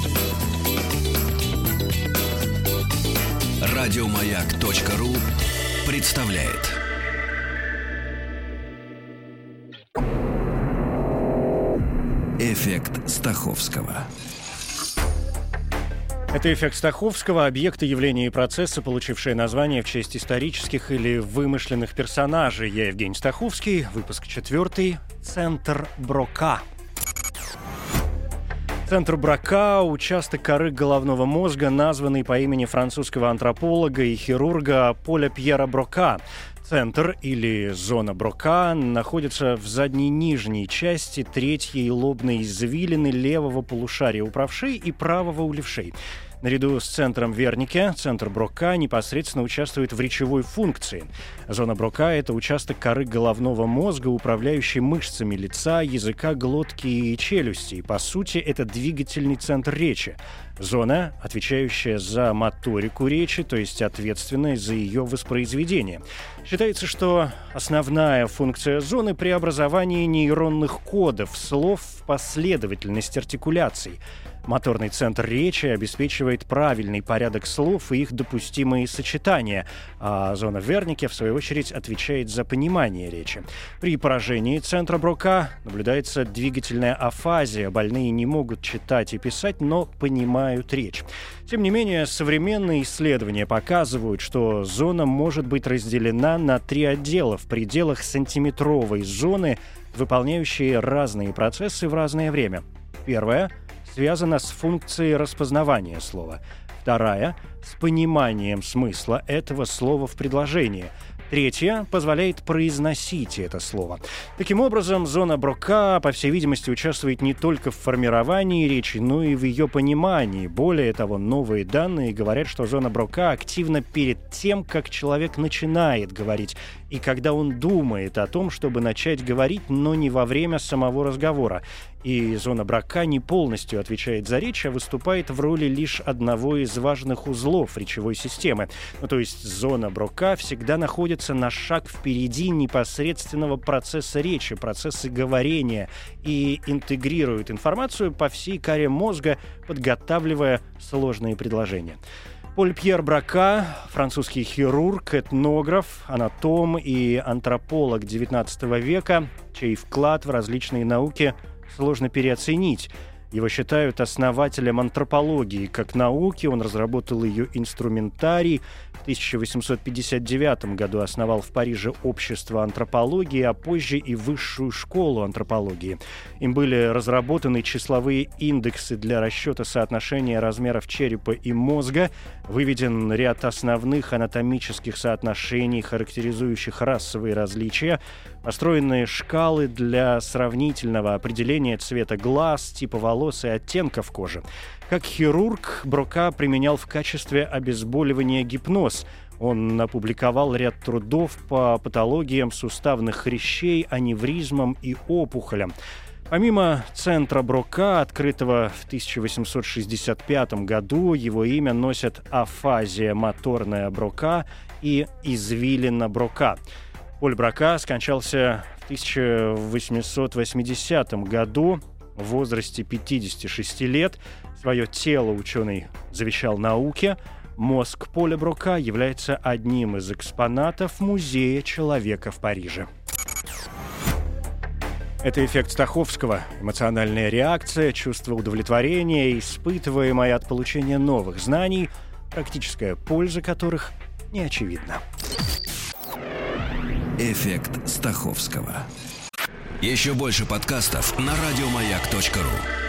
Радиомаяк.ру представляет. Эффект Стаховского. Это эффект Стаховского, объекты, явления и процессы, получившие название в честь исторических или вымышленных персонажей. Я Евгений Стаховский, выпуск 4, «Центр Брока». Центр Брока – участок коры головного мозга, названный по имени французского антрополога и хирурга Поля Пьера Брока. Центр, или зона Брока, находится в задней нижней части третьей лобной извилины левого полушария у правшей и правого у левшей. Наряду с центром Вернике, центр Брока непосредственно участвует в речевой функции. Зона Брока – это участок коры головного мозга, управляющий мышцами лица, языка, глотки и челюсти. По сути, это двигательный центр речи. Зона, отвечающая за моторику речи, то есть ответственная за ее воспроизведение. Считается, что основная функция зоны – преобразование нейронных кодов слов в последовательность артикуляций. Моторный центр речи обеспечивает правильный порядок слов и их допустимые сочетания, а зона Вернике, в свою очередь, отвечает за понимание речи. При поражении центра Брока наблюдается двигательная афазия. Больные не могут читать и писать, но понимают речь. Тем не менее, современные исследования показывают, что зона может быть разделена на 3 отдела в пределах сантиметровой зоны, выполняющие разные процессы в разное время. Первое связана с функцией распознавания слова. Вторая – с пониманием смысла этого слова в предложении. Третья позволяет произносить это слово. Таким образом, зона Брока, по всей видимости, участвует не только в формировании речи, но и в ее понимании. Более того, новые данные говорят, что зона Брока активна перед тем, как человек начинает говорить, и когда он думает о том, чтобы начать говорить, но не во время самого разговора. И зона Брока не полностью отвечает за речь, а выступает в роли лишь одного из важных узлов речевой системы. То есть зона Брока всегда находится на шаг впереди непосредственного процесса речи, процесса говорения, и интегрирует информацию по всей коре мозга, подготавливая сложные предложения. Поль Пьер Брока, французский хирург, этнограф, анатом и антрополог XIX века, чей вклад в различные науки сложно переоценить. Его считают основателем антропологии как науки, он разработал ее инструментарий. В 1859 году основал в Париже общество антропологии, а позже и высшую школу антропологии. Им были разработаны числовые индексы для расчета соотношения размеров черепа и мозга, выведен ряд основных анатомических соотношений, характеризующих расовые различия, построены шкалы для сравнительного определения цвета глаз, типа волос и оттенков кожи. Как хирург Брока применял в качестве обезболивания гипноз. Он опубликовал ряд трудов по патологиям суставных хрящей, аневризмам и опухолям. Помимо центра Брока, открытого в 1865 году, его имя носят афазия моторная Брока и извилина Брока. Поль Брока скончался в 1880 году в возрасте 56 лет. Свое тело ученый завещал науке. Мозг Поля Брока является одним из экспонатов Музея человека в Париже. Это эффект Стаховского. Эмоциональная реакция, чувство удовлетворения, испытываемое от получения новых знаний, практическая польза которых не очевидна. Эффект Стаховского. Еще больше подкастов на радиомаяк.ру.